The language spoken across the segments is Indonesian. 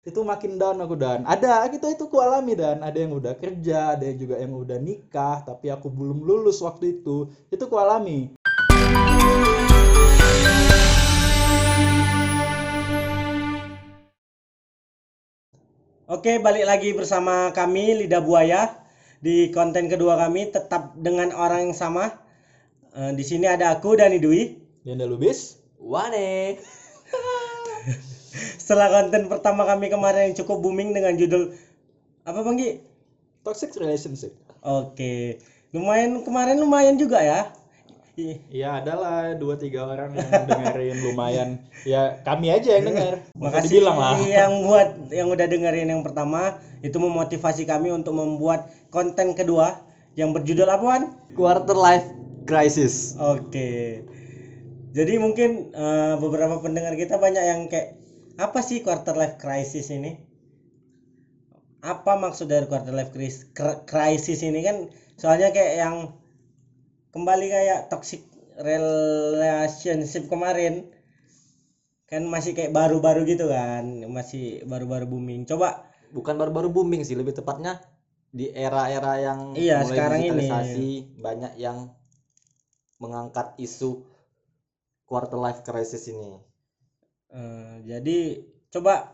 itu makin down aku dan ada itu ku alami dan ada yang udah kerja, ada yang juga yang udah nikah, tapi aku belum lulus waktu itu ku alami. Oke, balik lagi bersama kami Lidah Buaya di konten kedua kami tetap dengan orang yang sama. Di sini ada aku dan Dwi. Dianda Lubis. Wane. Setelah konten pertama kami kemarin yang cukup booming dengan judul apa Bang Gi? Toxic relationship. Oke, lumayan juga ya. Ya adalah 2-3 orang yang dengerin lumayan. Ya kami aja yang denger. Makasih Makasih dibilang lah. yang udah dengerin yang pertama, itu memotivasi kami untuk membuat konten kedua yang berjudul apa, Wan? Quarter life crisis. Oke. Jadi mungkin beberapa pendengar kita banyak yang kayak apa sih quarter life crisis ini? Apa maksud dari quarter life crisis ini kan? Soalnya kayak yang kembali kayak toxic relationship kemarin kan masih kayak baru-baru gitu kan, masih baru-baru booming. Coba Bukan baru-baru booming sih, lebih tepatnya di era-era yang iya mulai sekarang ini. digitalisasi, banyak yang mengangkat isu quarter life crisis ini. Jadi coba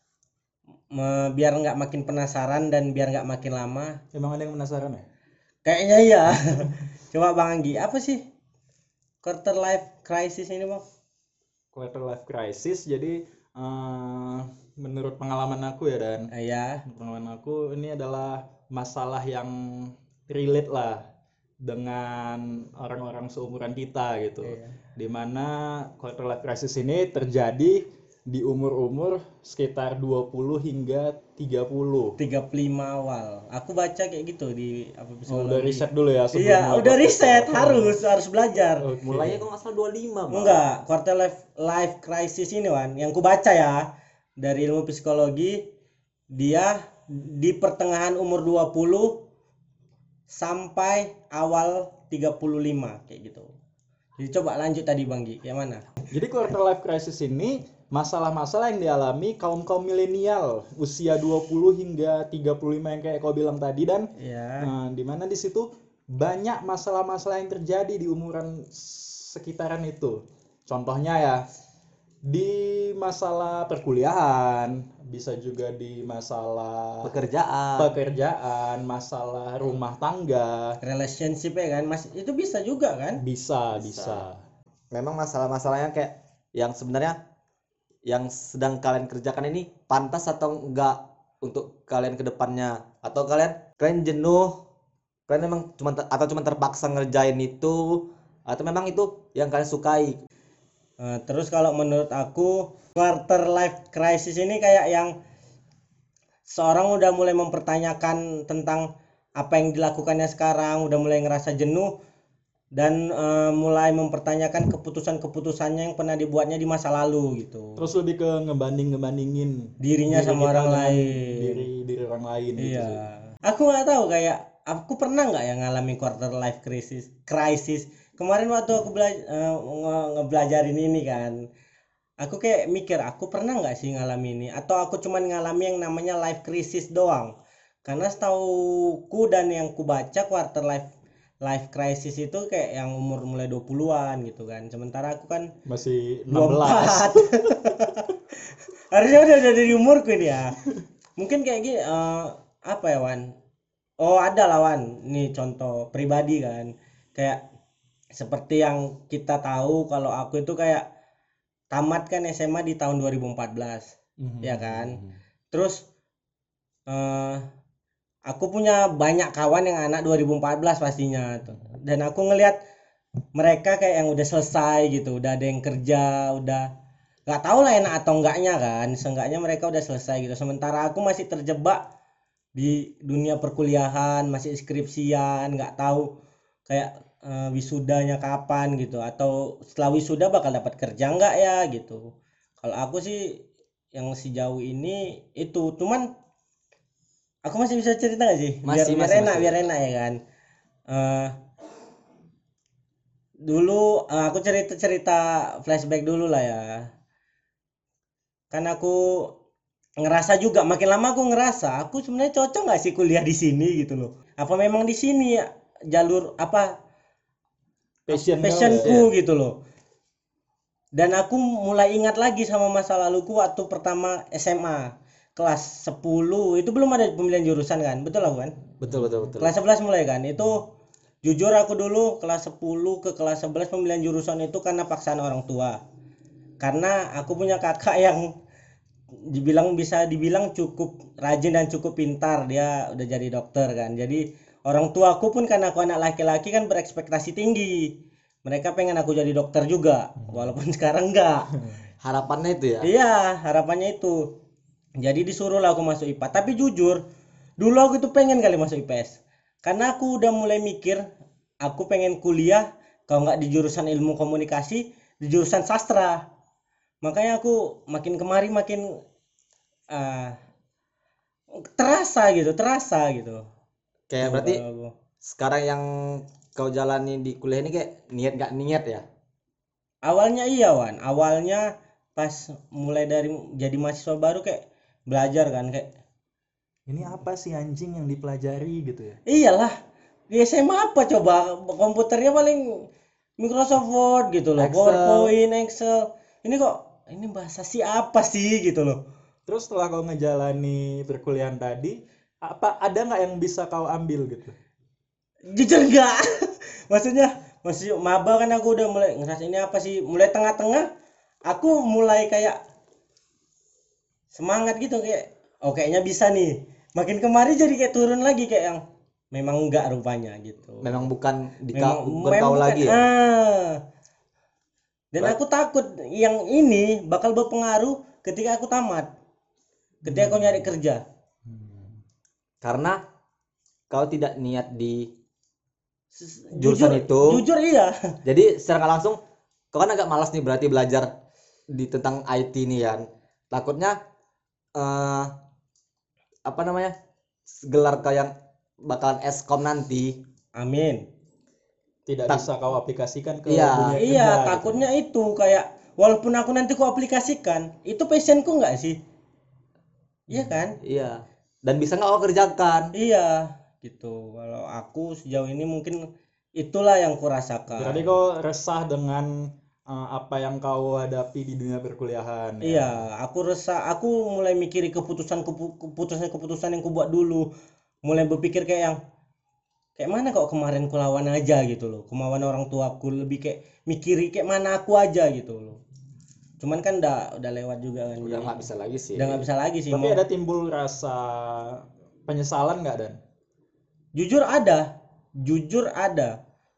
biar nggak makin penasaran dan biar nggak makin lama. Emang ada yang penasaran ya? Kayaknya iya. Coba Bang Anggi, apa sih quarter life crisis ini, Bang? Quarter life crisis. Jadi menurut pengalaman aku ya dan Ya, pengalaman aku ini adalah masalah yang relate lah dengan orang-orang seumuran kita gitu. Iya. Dimana quarter life crisis ini terjadi di umur-umur sekitar 20 hingga 30. 35 awal. Aku baca kayak gitu di apa Oh, psikologi. udah riset dulu ya sebelum Iya, mulai udah podcast riset, ya? harus belajar. Oke. Mulainya kok nggak salah 25, Bang. Enggak, quarter life crisis ini, Wan, yang ku baca ya dari ilmu psikologi, dia di pertengahan umur 20 sampai awal 35 kayak gitu. Jadi coba lanjut tadi Bang Gi, yang mana? Jadi quarter life crisis ini masalah-masalah yang dialami kaum-kaum milenial usia 20 hingga 35 yang kayak kau bilang tadi dan Ya. di mana di situ banyak masalah-masalah yang terjadi di umuran sekitaran itu. Contohnya ya di masalah perkuliahan, bisa juga di masalah pekerjaan, masalah rumah tangga, Relationship ya kan, Mas, itu bisa juga kan? bisa. Memang masalah-masalahnya kayak yang sebenarnya yang sedang kalian kerjakan ini pantas atau enggak untuk kalian ke depannya, atau kalian jenuh, kalian memang cuma terpaksa ngerjain itu, atau memang itu yang kalian sukai. Terus kalau menurut aku quarter life crisis ini kayak yang seorang udah mulai mempertanyakan tentang apa yang dilakukannya sekarang, udah mulai ngerasa jenuh dan mulai mempertanyakan keputusan-keputusannya yang pernah dibuatnya di masa lalu gitu. Terus lebih ke Dirinya diri sama kita orang dengan lain. diri orang lain gitu Iya. sih. Aku nggak tahu kayak aku pernah nggak ya ngalamin quarter life crisis. Kemarin waktu aku ngebelajarin ini kan, aku kayak mikir aku pernah nggak sih ngalamin ini atau aku cuman ngalami yang namanya life crisis doang. Karena setauku dan yang ku baca quarter life crisis itu kayak yang umur mulai 20-an gitu kan. Sementara aku kan Masih 24. 16. Harusnya udah dari umurku ini ya. Mungkin kayak gini apa ya, Wan? Oh, ada lah, Wan. Nih contoh pribadi kan. Kayak seperti yang kita tahu kalau aku itu kayak tamat kan SMA di tahun 2014. Ya kan? Terus aku punya banyak kawan yang anak 2014 pastinya tuh. Dan aku ngelihat mereka kayak yang udah selesai gitu, udah ada yang kerja, udah nggak tahu lah enak atau enggaknya kan, seenggaknya mereka udah selesai gitu, sementara aku masih terjebak di dunia perkuliahan, masih skripsian, nggak tahu kayak wisudanya kapan gitu, atau setelah wisuda bakal dapat kerja nggak ya gitu. Kalau aku sih yang sejauh ini itu, cuman aku masih bisa cerita nggak sih? Biar enak ya kan. Eh, Dulu aku cerita flashback dulu lah ya. Kan aku ngerasa juga, makin lama aku ngerasa aku sebenarnya cocok nggak sih kuliah di sini gitu loh. Apa memang di sini ya jalur apa Passion kau ya. passionku gitu loh. Dan aku mulai ingat lagi sama masa laluku waktu pertama SMA kelas 10 itu belum ada pemilihan jurusan kan, betul aku kan? Betul betul betul. Kelas 11 mulai kan, itu jujur aku dulu kelas 10 ke kelas 11 pemilihan jurusan itu karena paksaan orang tua. Karena aku punya kakak yang bisa dibilang cukup rajin dan cukup pintar, dia udah jadi dokter kan. Jadi orang tuaku pun karena aku anak laki-laki kan berekspektasi tinggi, mereka pengen aku jadi dokter juga walaupun sekarang enggak. Harapannya itu ya. Iya, harapannya itu. Jadi disuruh lah aku masuk IPA, tapi jujur dulu aku itu pengen kali masuk IPS karena aku udah mulai mikir aku pengen kuliah kalau nggak di jurusan ilmu komunikasi, di jurusan sastra. Makanya aku makin kemari makin ah, terasa gitu. Kayak Tuh, berarti kalau aku. sekarang yang kau jalani di kuliah ini kayak niat gak niat ya? Awalnya iya Wan, awalnya pas mulai dari jadi mahasiswa baru kayak belajar kan kayak Ini apa sih anjing yang dipelajari gitu ya? iyalah di SMA apa coba komputernya paling Microsoft Word gitu loh, Excel. PowerPoint, Excel. Ini kok ini bahasa siapa sih gitu loh. Terus setelah kau ngejalani perkuliahan tadi, apa ada nggak yang bisa kau ambil gitu? Jujur enggak. Maksudnya masih maba kan aku udah mulai ngerasa ini apa sih, mulai tengah-tengah aku mulai kayak semangat gitu kayak oh kayaknya bisa nih. Makin kemari jadi kayak turun lagi kayak yang memang enggak rupanya gitu. Memang bukan bukan memang kau bukan, lagi ya? Dan aku takut yang ini bakal berpengaruh ketika aku tamat, ketika aku nyari kerja. Karena kau tidak niat di Jujur, jurusan itu. jujur iya. Jadi secara nggak langsung kau kan agak malas nih berarti belajar di tentang IT nih kan. Takutnya eh apa namanya? Gelar kau yang bakalan Eskom nanti. Amin. Tidak Tak- bisa kau aplikasikan ke Iya. dunia kerja Iya, gitu. takutnya itu kayak walaupun aku nanti ku aplikasikan, itu passionku nggak sih? Iya kan? Iya. Dan bisa nggak kau kerjakan? Iya, gitu. Kalau aku sejauh ini mungkin itulah yang kurasakan. Berarti kau resah dengan apa yang kau hadapi di dunia perkuliahan ya? Iya, aku resah. Aku mulai mikiri keputusan yang kubuat dulu. Mulai berpikir kayak mana kok kemarin ku lawan aja gitu loh. Kemauan orang tuaku lebih kayak mikiri kayak mana aku aja gitu loh. Cuman kan udah lewat juga kan. Udah Jadi nggak bisa lagi sih. udah nggak bisa lagi sih. Tapi ada timbul rasa penyesalan nggak Dan? Jujur ada.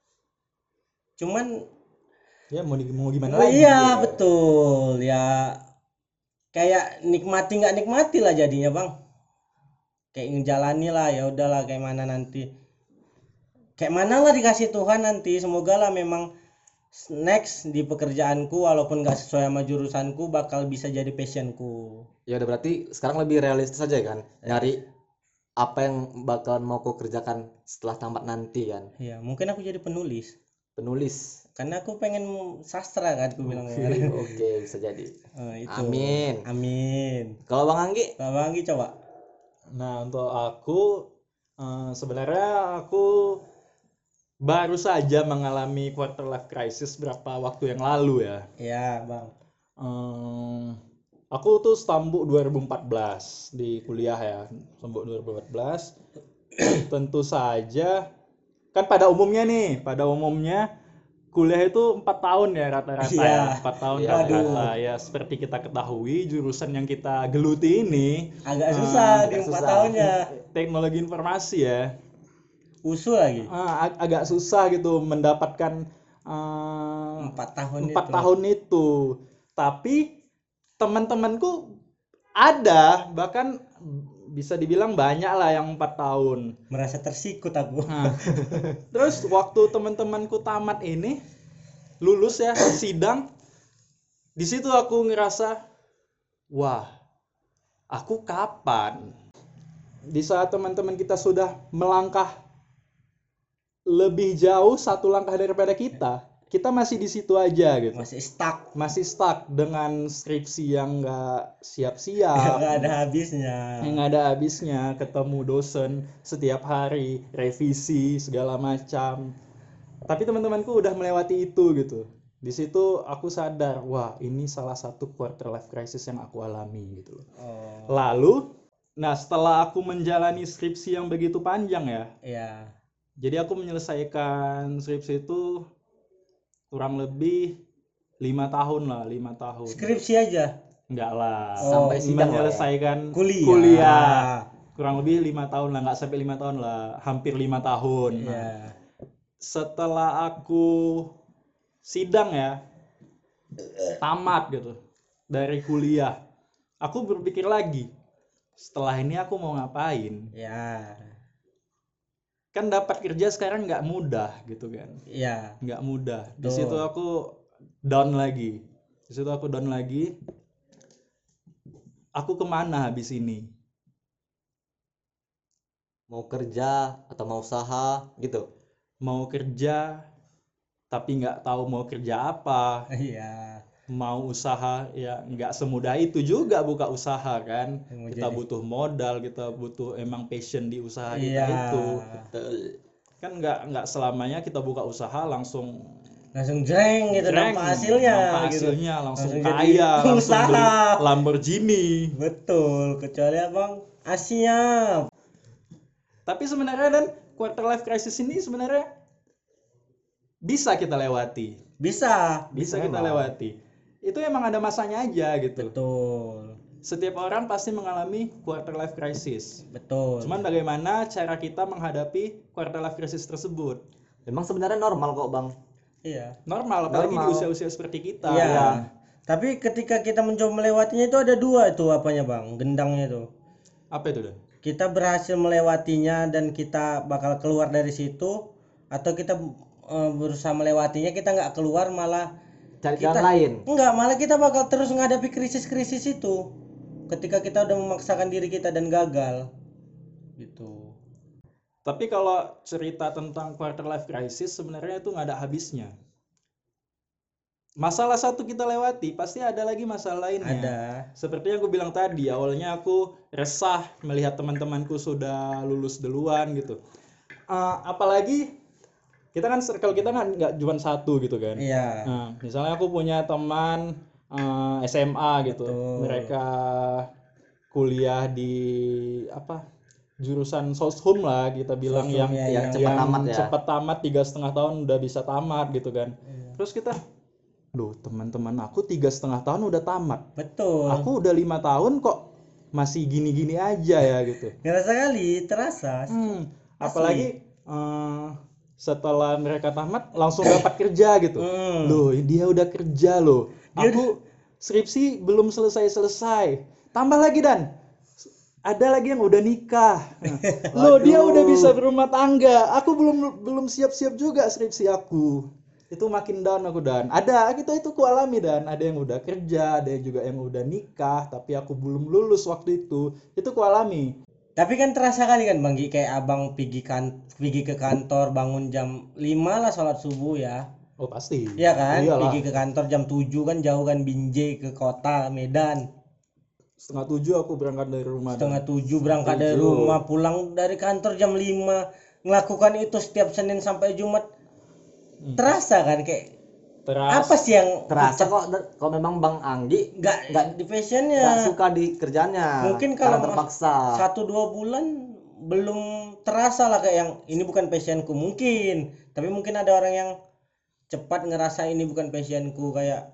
Cuman Ya mau gimana oh lagi? iya gitu. betul ya, kayak nikmati nggak nikmati lah jadinya bang, kayak ngejalani lah ya udahlah kayak mana nanti, kayak mana lah dikasih Tuhan nanti, semoga lah memang next di pekerjaanku walaupun nggak sesuai sama jurusanku bakal bisa jadi passionku. Ya udah berarti sekarang lebih realistis aja kan. Nyari apa yang bakalan mau kau kerjakan setelah tamat nanti kan. Ya mungkin aku jadi penulis Penulis. karena aku pengen sastra kan aku bilang kemarin. Oke, bisa jadi. Itu Amin. amin. Kalau Bang Anggi, Bang Anggi coba. Nah, untuk aku sebenarnya aku baru saja mengalami quarter life crisis berapa waktu yang lalu ya. Ya bang. Aku tuh stambuk 2014 di kuliah ya, stambuk 2014. Tentu saja kan pada umumnya kuliah itu 4 tahun ya rata-rata Iya. ya, 4 tahun Iya, rata-rata ya. Seperti kita ketahui jurusan yang kita geluti ini Agak susah di agak 4 susah. tahunnya. teknologi informasi ya. Usul lagi. Agak susah gitu mendapatkan 4 tahun 4 itu. tahun itu. Tapi teman-temanku ada, bahkan bisa dibilang banyak lah yang 4 tahun. Merasa tersikut aku. Nah, terus waktu teman-temanku tamat ini lulus ya sidang, di situ aku ngerasa wah, aku kapan? Di saat teman-teman kita sudah melangkah lebih jauh 1 langkah daripada kita, kita masih di situ aja gitu. masih stuck Dengan skripsi yang nggak nggak siap-siap, ada habisnya. yang nggak ada habisnya, ketemu dosen setiap hari, revisi segala macam. Tapi teman-temanku udah melewati itu gitu. Di situ aku sadar, wah ini salah satu quarter life crisis yang aku alami gitu loh. Oh Lalu, nah setelah aku menjalani skripsi yang begitu panjang ya, ya, jadi aku menyelesaikan skripsi itu kurang lebih 5 tahun lah, 5 tahun. skripsi aja. Enggak lah, Sampai sidang lah ya. menyelesaikan Kuliah. kuliah. Kurang lebih 5 tahun lah, nggak sampai 5 tahun lah, hampir 5 tahun. Nah, Iya. setelah aku sidang ya, tamat gitu dari kuliah, aku berpikir lagi, setelah ini aku mau ngapain? Ya. Kan dapat kerja sekarang nggak mudah gitu kan, Iya. nggak mudah. Di Betul. situ aku down lagi. Aku kemana habis ini? Mau kerja atau mau usaha gitu. Mau kerja tapi nggak tahu mau kerja apa. Iya. Mau usaha ya nggak semudah itu juga buka usaha kan. Mau Kita jadi- butuh modal, kita butuh emang passion di usaha kita Iya. itu. Kan nggak selamanya kita buka usaha langsung Langsung jreng gitu jreng, nampak hasilnya nampak gitu. hasilnya, langsung Langsung jadi kaya, langsung pengusaha. beli Lamborghini. Betul, kecuali Abang siap. Tapi sebenarnya dan quarter life crisis ini sebenarnya bisa kita lewati. Bisa Kita lewati. Itu emang ada masanya aja gitu. betul. Setiap orang pasti mengalami quarter life crisis. Betul. Cuman bagaimana cara kita menghadapi quarter life crisis tersebut? Memang sebenarnya normal kok, Bang. Iya. Normal, apalagi di Normal. usia-usia seperti kita. Iya. Ya. Tapi ketika kita mencoba melewatinya itu ada dua itu apanya Bang, gendangnya itu. Apa itu, Dan? Kita berhasil melewatinya dan kita bakal keluar dari situ, atau kita berusaha melewatinya kita nggak keluar malah Cari kita jalan lain. enggak, malah kita bakal terus menghadapi krisis-krisis itu ketika kita udah memaksakan diri kita dan gagal gitu. Tapi kalau cerita tentang quarter life crisis sebenarnya itu nggak ada habisnya. Masalah satu kita lewati, pasti ada lagi masalah lainnya. Ada. Seperti yang aku bilang tadi, awalnya aku resah melihat teman-temanku sudah lulus duluan gitu. Apalagi kita kan circle kita kan nggak cuma satu gitu kan. Iya. Nah, misalnya aku punya teman SMA gitu, Betul. mereka kuliah di apa jurusan soshum lah kita bilang Soshum, yang ya, yang cepat tamat ya. cepat tamat 3,5 tahun udah bisa tamat gitu kan. Iya. Terus kita, loh teman-teman aku 3,5 tahun udah tamat, Betul. aku udah 5 tahun kok masih gini-gini aja ya gitu. Ngerasa kali, terasa. Apalagi setelah mereka tamat langsung dapat kerja gitu. Loh dia udah kerja loh, aku skripsi belum selesai. Tambah lagi Dan, ada lagi yang udah nikah. Loh dia udah bisa berumah tangga, aku belum siap-siap juga skripsi aku. Itu makin down aku Dan. Ada itu ku alami Dan, ada yang udah kerja, ada juga yang udah nikah, tapi aku belum lulus waktu itu ku alami. Tapi kan terasa kali kan Bang Gi, kayak Abang pergi ke kantor bangun jam 5 lah sholat subuh ya. Oh pasti. Iya kan? Iyalah. Pergi ke kantor jam 7 kan jauh kan, Binjai ke kota Medan. 6:30 aku berangkat dari rumah. Dan. 6:30 berangkat dari rumah, pulang dari kantor jam 5. Melakukan itu setiap Senin sampai Jumat. Terasa kan kayak apa sih yang Terasa kok memang Bang Anggi nggak di nggak passionnya. suka di kerjanya. Mungkin karena kalau terpaksa. 1-2 bulan belum terasa lah kayak yang ini bukan passionku mungkin. Tapi mungkin ada orang yang cepat ngerasa ini bukan passionku, kayak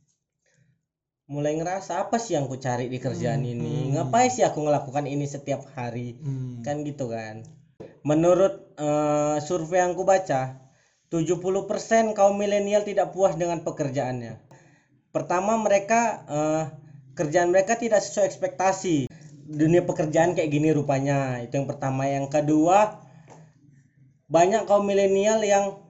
mulai ngerasa apa sih yang ku cari di kerjaan ini, ngapain sih aku ngelakukan ini setiap hari, kan gitu kan. Menurut survei yang ku baca, 70% kaum milenial tidak puas dengan pekerjaannya. Pertama, mereka kerjaan mereka tidak sesuai ekspektasi. Dunia pekerjaan kayak gini rupanya, itu yang pertama. Yang kedua, banyak kaum milenial yang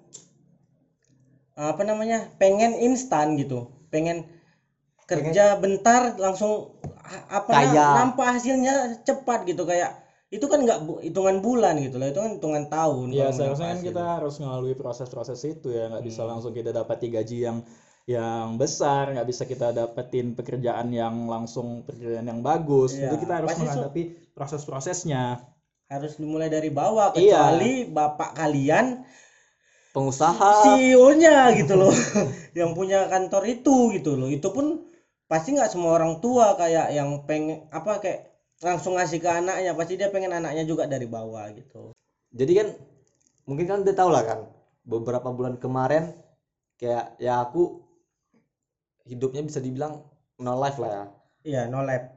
pengen instan gitu, pengen kerja bentar langsung Kaya. nampak hasilnya cepat gitu, kayak itu kan nggak hitungan bulan gitu loh, itu kan hitungan tahun. Ya kalau mau seharusnya dapat kan hasil. kita harus melalui proses-proses itu ya, nggak bisa langsung kita dapati gaji yang besar, nggak bisa kita dapetin pekerjaan yang langsung pekerjaan yang bagus. Iya, Itu kita harus pasti menghadapi proses-prosesnya. harus dimulai dari bawah, Iya. kecuali bapak kalian Pengusaha. CEO-nya gitu loh yang punya kantor itu gitu loh. Itu pun pasti nggak semua orang tua kayak yang pengen apa kayak langsung ngasih ke anaknya, pasti dia pengen anaknya juga dari bawah gitu. Jadi kan mungkin kan udah tahu lah kan, beberapa bulan kemarin kayak ya aku hidupnya bisa dibilang no life lah ya, Iya, no lab.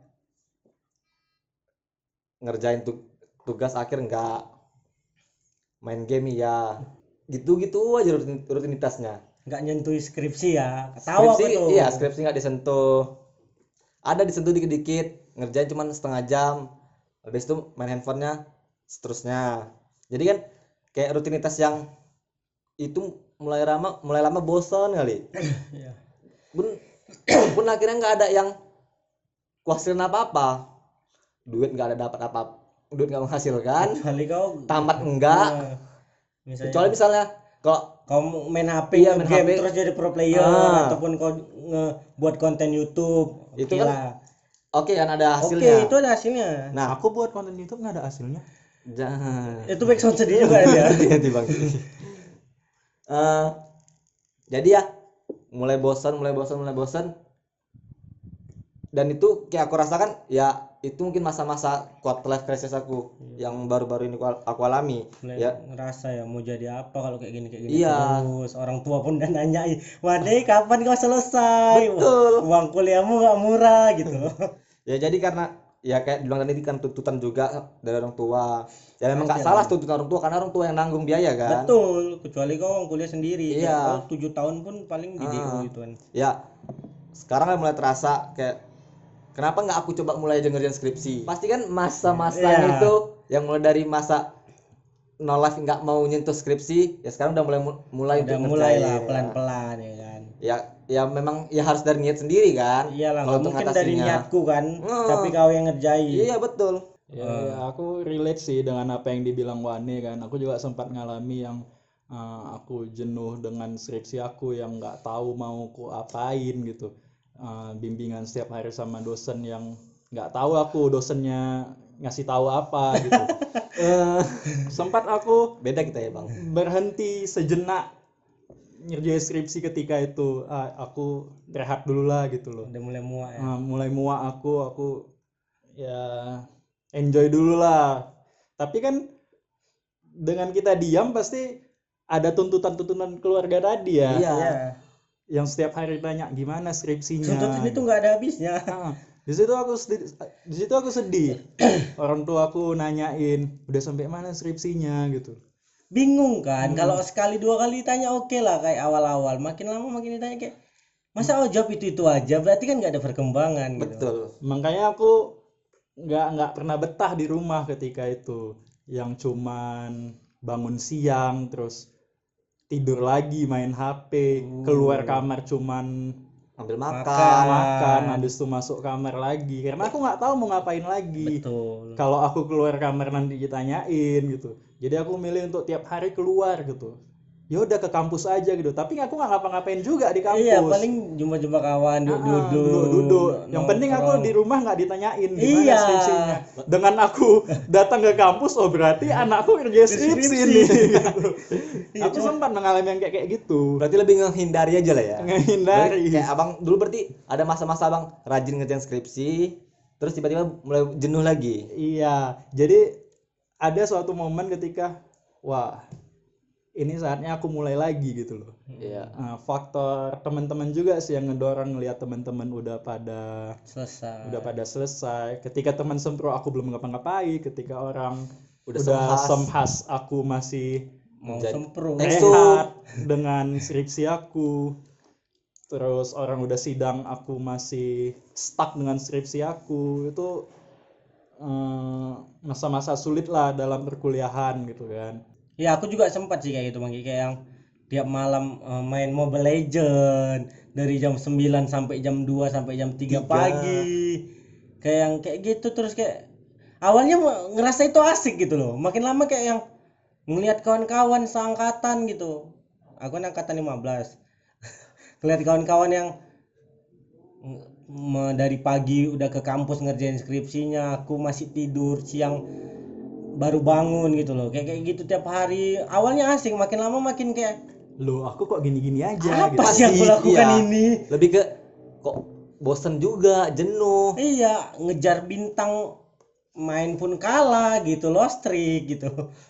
ngerjain tugas akhir enggak, main game ya, gitu-gitu aja rutinitasnya. Nggak nyentuh skripsi ya, tahu aku Skripsi tuh. iya, skripsi nggak disentuh, ada disentuh dikit-dikit, ngerjain cuman setengah jam, habis itu main handphonenya seterusnya. Jadi kan kayak rutinitas yang itu mulai lama bosan kali. Iya. Pun akhirnya nggak ada yang kuhasilin apa-apa, duit nggak ada, dapat apa, duit nggak menghasilkan, Kecuali kau tamat enggak, kecuali misalnya kalau kau main HP, Iya, main game HP. terus jadi pro player, ataupun kau buat konten YouTube, Itu oke kan lah. oke kan ada Oke, hasilnya. itu ada hasilnya. Nah, Aku buat konten YouTube nggak ada hasilnya. jangan Itu backsound sedih juga ya. ganti bang. Jadi ya mulai bosan, dan itu kayak aku rasakan ya, itu mungkin masa-masa quarter life crisis aku yang baru-baru ini aku alami. Mulai Ya ngerasa ya mau jadi apa kalau kayak gini Iya. terus. Orang tua pun udah nanyain, "Wadai, kapan kau selesai? Betul. Uang kuliahmu gak murah gitu." Ya jadi karena ya kayak bilang tadi kan tuntutan juga dari orang tua. Ya memang nggak Pasti salah ada. tuntutan orang tua, karena orang tua yang nanggung biaya kan. Betul, kecuali kau uang kuliah sendiri. Iya. Kau 7 tahun pun paling di DO gitu kan. Ya sekarang kan mulai terasa kayak kenapa nggak aku coba mulai aja ngerjain skripsi. Pasti kan masa-masanya Iya. itu yang mulai dari masa no life nggak mau nyentuh skripsi, ya sekarang udah mulai Udah untuk mulai ngerjain, lah ya. pelan-pelan ya kan. Ya memang ya harus dari niat sendiri kan. Iyalah, Kalau nggak untuk mungkin dari ngatasinnya. niatku kan, Hmm. tapi kau yang ngerjain. Iya betul. Ya, aku relate sih dengan apa yang dibilang Wane kan. Aku juga sempat ngalami yang aku jenuh dengan skripsi aku yang nggak tahu mau ku apain gitu. Bimbingan setiap hari sama dosen yang nggak tahu aku dosennya ngasih tahu apa gitu. Sempat aku Beda kita ya bang. berhenti sejenak ngerjain skripsi ketika itu. Aku rehat dulu lah gitu loh. Udah mulai muak ya. Mulai muak aku ya enjoy dulu lah. Tapi kan dengan kita diam pasti ada tuntutan-tuntutan keluarga tadi ya, Iya. Iya. yang setiap hari tanya gimana skripsinya. Tuntutan itu nggak ada habisnya. Di situ aku sedih. Orang tua aku nanyain udah sampai mana skripsinya gitu. Bingung kan, kalau sekali dua kali ditanya oke lah kayak awal-awal, makin lama makin ditanya kayak masa jawab itu aja, berarti kan nggak ada perkembangan gitu. Betul. Makanya aku nggak pernah betah di rumah ketika itu, yang cuman bangun siang terus tidur lagi main HP, keluar kamar cuman Ambil makan, habis itu masuk kamar lagi karena aku nggak tahu mau ngapain lagi. Betul. Kalau aku keluar kamar nanti ditanyain gitu, jadi aku milih untuk tiap hari keluar gitu. Ya udah ke kampus aja gitu, tapi aku nggak ngapa-ngapain juga di kampus. Iya, paling jumpa-jumpa kawan, duduk-duduk. duduk. Yang penting aku nongkrong. di rumah nggak ditanyain gimana Iya. skripsinya. Dengan aku datang ke kampus, oh berarti anakku kerja skripsi nih. Gitu. Iya, Aku sempat mengalami yang kayak gitu. Berarti lebih menghindari aja lah ya. Menghindari. Berarti kayak abang dulu berarti ada masa-masa abang rajin ngerjain skripsi, terus tiba-tiba mulai jenuh lagi. Iya, jadi ada suatu momen ketika, wah, ini saatnya aku mulai lagi gitu loh. Iya. Faktor teman-teman juga sih yang ngedorong, ngelihat teman-teman udah pada selesai. Ketika teman sempro aku belum ngapa-ngapain, ketika orang udah semhas aku masih mau Jadi- sempro. rehat dengan skripsi aku. Terus orang udah sidang, aku masih stuck dengan skripsi aku. Itu masa-masa sulit lah dalam perkuliahan gitu kan. Ya aku juga sempat sih kayak gitu Bang, kayak yang tiap malam main Mobile Legend dari jam 9 sampai jam 2 sampai jam 3 pagi. Kayak yang kayak gitu terus kayak awalnya ngerasa itu asik gitu loh, makin lama kayak yang ngelihat kawan-kawan seangkatan gitu. Aku kan angkatan 15. Ngelihat kawan-kawan yang dari pagi udah ke kampus ngerjain skripsinya, aku masih tidur siang baru bangun gitu loh, kayak gitu tiap hari. Awalnya asik, makin lama makin kayak Loh, aku kok gini-gini aja apa gitu. sih aku lakukan iya. ini. Lebih ke kok bosen juga, jenuh. Iya, ngejar bintang, main pun kalah gitu, lost streak gitu.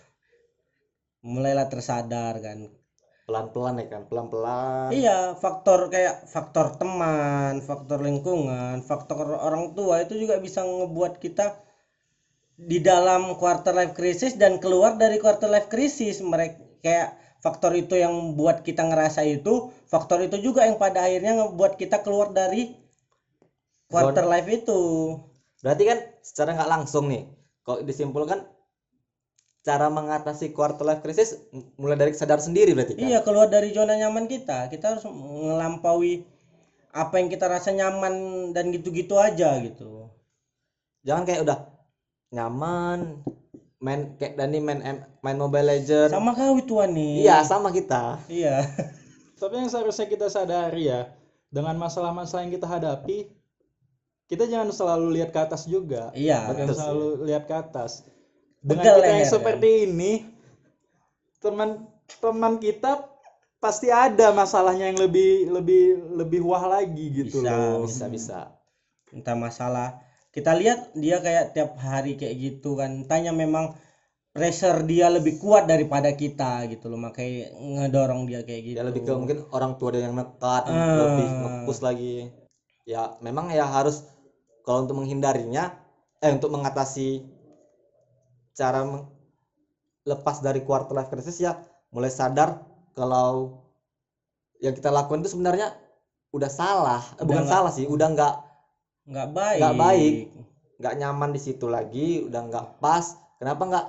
Mulailah tersadar kan. Pelan-pelan ya kan, pelan-pelan. Iya, faktor kayak faktor teman, faktor lingkungan, faktor orang tua itu juga bisa ngebuat kita di dalam quarter life crisis dan keluar dari quarter life crisis. Mereka kayak faktor itu yang buat kita ngerasa itu, faktor itu juga yang pada akhirnya ngebuat kita keluar dari quarter life itu. Berarti kan secara nggak langsung nih, kalau disimpulkan cara mengatasi quarter life crisis mulai dari sadar sendiri berarti kan? Iya, keluar dari zona nyaman kita. Kita harus ngelampaui apa yang kita rasa nyaman dan gitu-gitu aja gitu. Jangan kayak udah nyaman main kayak Dani main Mobile Legend. Sama kau itu nih. Iya, sama kita. Iya. Tapi yang seharusnya kita sadari ya, dengan masalah-masalah yang kita hadapi, kita jangan selalu lihat ke atas juga. Iya. Jangan Betul sih. selalu lihat ke atas. Dengan Pegal kita yang leher, kan? seperti ini, teman-teman kita pasti ada masalahnya yang lebih wah lagi gitu Bisa, loh. Bisa. Entah masalah. Kita lihat dia kayak tiap hari kayak gitu kan. Entahnya memang pressure dia lebih kuat daripada kita gitu loh. Makanya ngedorong dia kayak gitu. Ya lebih ke mungkin orang tua dia yang nekat, Ah. lebih nge-push lagi. Ya memang ya harus kalau untuk menghindarinya, untuk mengatasi cara lepas dari quarter life crisis ya mulai sadar kalau yang kita lakukan itu sebenarnya udah salah. Bukan nggak- salah sih, udah nggak baik. nggak baik, nggak nyaman di situ lagi, udah nggak pas. Kenapa nggak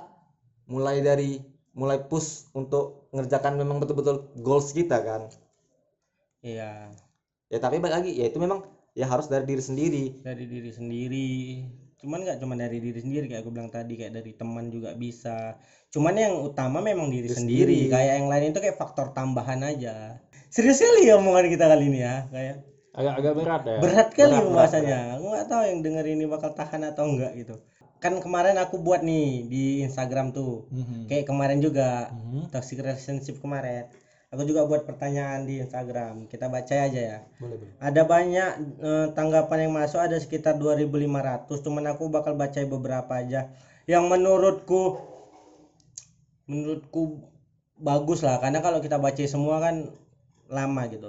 mulai push untuk mengerjakan memang betul-betul goals kita kan? Iya, Ya tapi balik lagi ya itu memang ya harus dari diri sendiri. dari diri sendiri. Cuman nggak cuma dari diri sendiri kayak aku bilang tadi, kayak dari teman juga bisa. Cuman yang utama memang diri Diri sendiri. sendiri. Kayak yang lain itu kayak faktor tambahan aja. Serius sekali ya omongan kita kali ini ya, kayak Agak berat ya. berat kali Berat, pembahasannya. Aku nggak tahu yang denger ini bakal tahan atau enggak gitu. Kan kemarin aku buat nih di Instagram tuh. Mhm. Kayak kemarin juga Mhm. toxic relationship kemarin. Aku juga buat pertanyaan di Instagram. Kita baca aja ya. Boleh. Ada banyak tanggapan yang masuk, ada sekitar 2.500. Cuman aku bakal baca beberapa aja yang menurutku bagus lah, karena kalau kita baca semua kan lama gitu.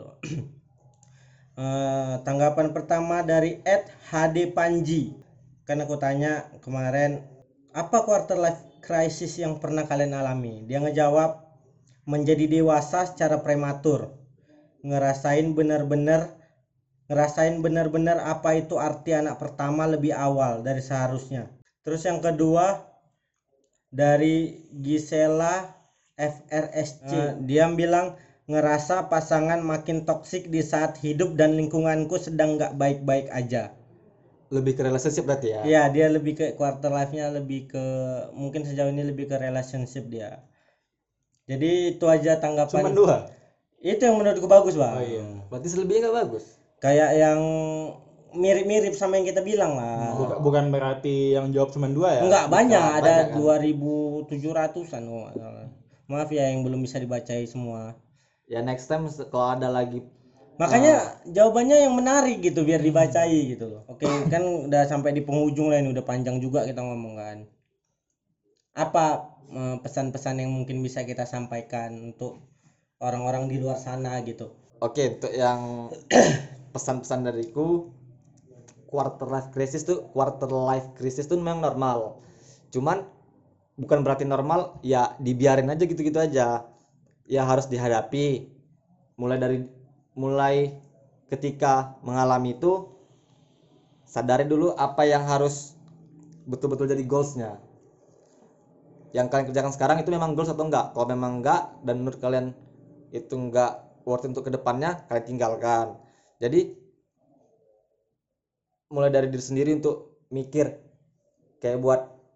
Tanggapan pertama dari @hdpanji. Kan aku tanya kemarin, apa quarter life crisis yang pernah kalian alami? Dia ngejawab, menjadi dewasa secara prematur, ngerasain benar-benar apa itu arti anak pertama lebih awal dari seharusnya. Terus yang kedua dari Gisela FRSC, dia bilang ngerasa pasangan makin toksik di saat hidup dan lingkunganku sedang nggak baik-baik aja. Lebih ke relationship berarti ya. Ya, dia lebih ke quarter life-nya, lebih ke mungkin sejauh ini lebih ke relationship dia. Jadi itu aja tanggapan. Cuman 2. Itu yang menurutku bagus, Bang. Oh iya. Berarti selebihnya nggak bagus. Kayak yang mirip-mirip sama yang kita bilang lah. Bukan berarti yang jawab cuma 2 ya. Enggak, banyak, ada banyak kan. 2.700-an kalau nggak salah. Maaf ya yang belum bisa dibacai semua. Ya next time kalau ada lagi Makanya jawabannya yang menarik gitu biar dibacai gitu loh. Oke, kan udah sampai di penghujung lah ini, udah panjang juga kita ngomong kan. Apa pesan-pesan yang mungkin bisa kita sampaikan untuk orang-orang di luar sana gitu? Oke, untuk yang pesan-pesan dariku, quarter life crisis tuh memang normal. Cuman bukan berarti normal ya dibiarin aja gitu-gitu aja. Ya harus dihadapi. Mulai ketika mengalami itu, sadari dulu apa yang harus betul-betul jadi goalsnya. Yang kalian kerjakan sekarang itu memang goals atau enggak? Kalau memang enggak dan menurut kalian itu enggak worth untuk kedepannya, kalian tinggalkan. Jadi mulai dari diri sendiri untuk mikir kayak buat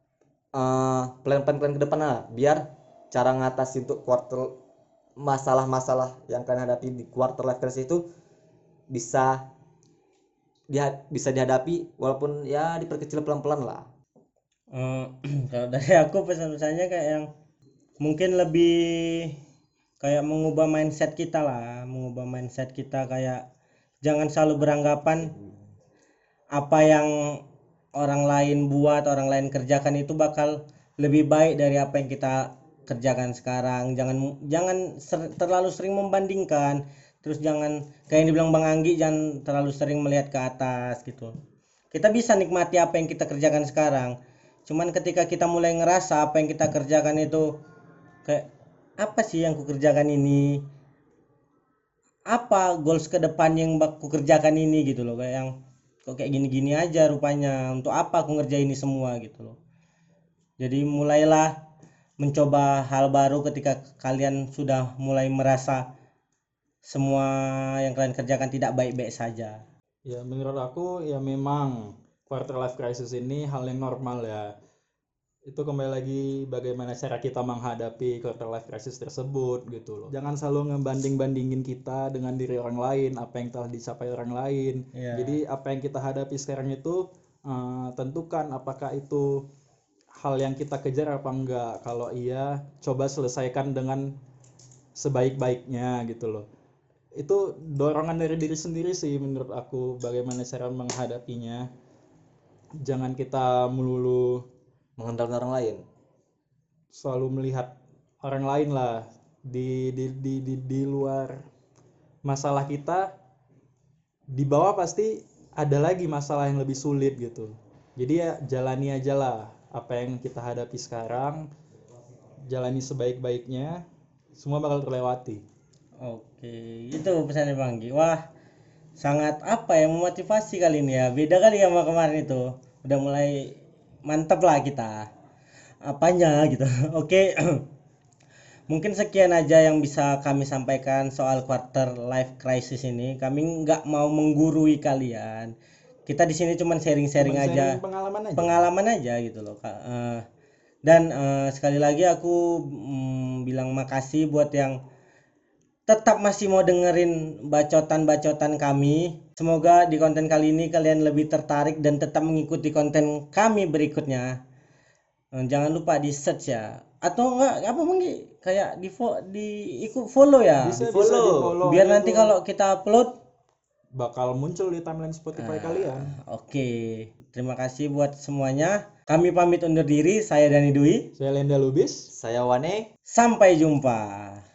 plan-plan ke depan lah, biar cara ngatasi untuk masalah-masalah yang kalian hadapi di quarter life crisis itu bisa bisa dihadapi, walaupun ya diperkecil pelan-pelan lah. Eh, kalau dari aku pesan-pesannya kayak yang mungkin lebih kayak mengubah mindset kita lah, mengubah mindset kita kayak jangan selalu beranggapan apa yang orang lain buat, orang lain kerjakan itu bakal lebih baik dari apa yang kita kerjakan sekarang. Jangan terlalu sering membandingkan. Terus jangan kayak yang dibilang Bang Anggi, jangan terlalu sering melihat ke atas gitu. Kita bisa nikmati apa yang kita kerjakan sekarang. Cuman ketika kita mulai ngerasa apa yang kita kerjakan itu kayak apa sih yang ku kerjakan ini? Apa goals ke depan yang ku kerjakan ini gitu loh, kayak yang kok kayak gini-gini aja rupanya, untuk apa aku ngerjain ini semua gitu loh. Jadi mulailah mencoba hal baru ketika kalian sudah mulai merasa semua yang kalian kerjakan tidak baik-baik saja. Ya menurut aku ya memang quarter life crisis ini hal yang normal ya. Itu kembali lagi bagaimana cara kita menghadapi quarter life crisis tersebut gitu loh. Jangan selalu ngebanding-bandingin kita dengan diri orang lain, apa yang telah dicapai orang lain. Iya. Jadi apa yang kita hadapi sekarang itu tentukan apakah itu hal yang kita kejar apa enggak. Kalau iya, coba selesaikan dengan sebaik-baiknya gitu loh. Itu dorongan dari diri sendiri sih menurut aku, bagaimana cara menghadapinya. Jangan kita melulu Mengandalkan orang lain. selalu melihat orang lain lah di luar masalah kita, di bawah pasti ada lagi masalah yang lebih sulit gitu. Jadi ya jalani aja lah apa yang kita hadapi sekarang, jalani sebaik-baiknya, semua bakal terlewati. Oke, itu pesannya Bang Gi. Wah, sangat apa ya, memotivasi kali ini ya. Beda kali ya sama kemarin itu. Udah mulai mantap lah kita. Apanya gitu. Oke. Mungkin sekian aja yang bisa kami sampaikan soal quarter life crisis ini. Kami nggak mau menggurui kalian. Kita di sini cuman sharing-sharing Cuman aja. sharing pengalaman aja. Pengalaman aja gitu loh, Kak. Dan sekali lagi aku bilang makasih buat yang tetap masih mau dengerin bacotan-bacotan kami. Semoga di konten kali ini kalian lebih tertarik dan tetap mengikuti konten kami berikutnya. Jangan lupa di search ya. Atau enggak apa Manggi? Kayak ikut follow ya. Bisa Di-follow. di-follow Biar aja nanti tuh. kalau kita upload Bakal muncul di timeline Spotify kalian. Oke. Terima kasih buat semuanya. Kami pamit undur diri. Saya Dani Dwi. Saya Lenda Lubis. Saya Wane. Sampai jumpa.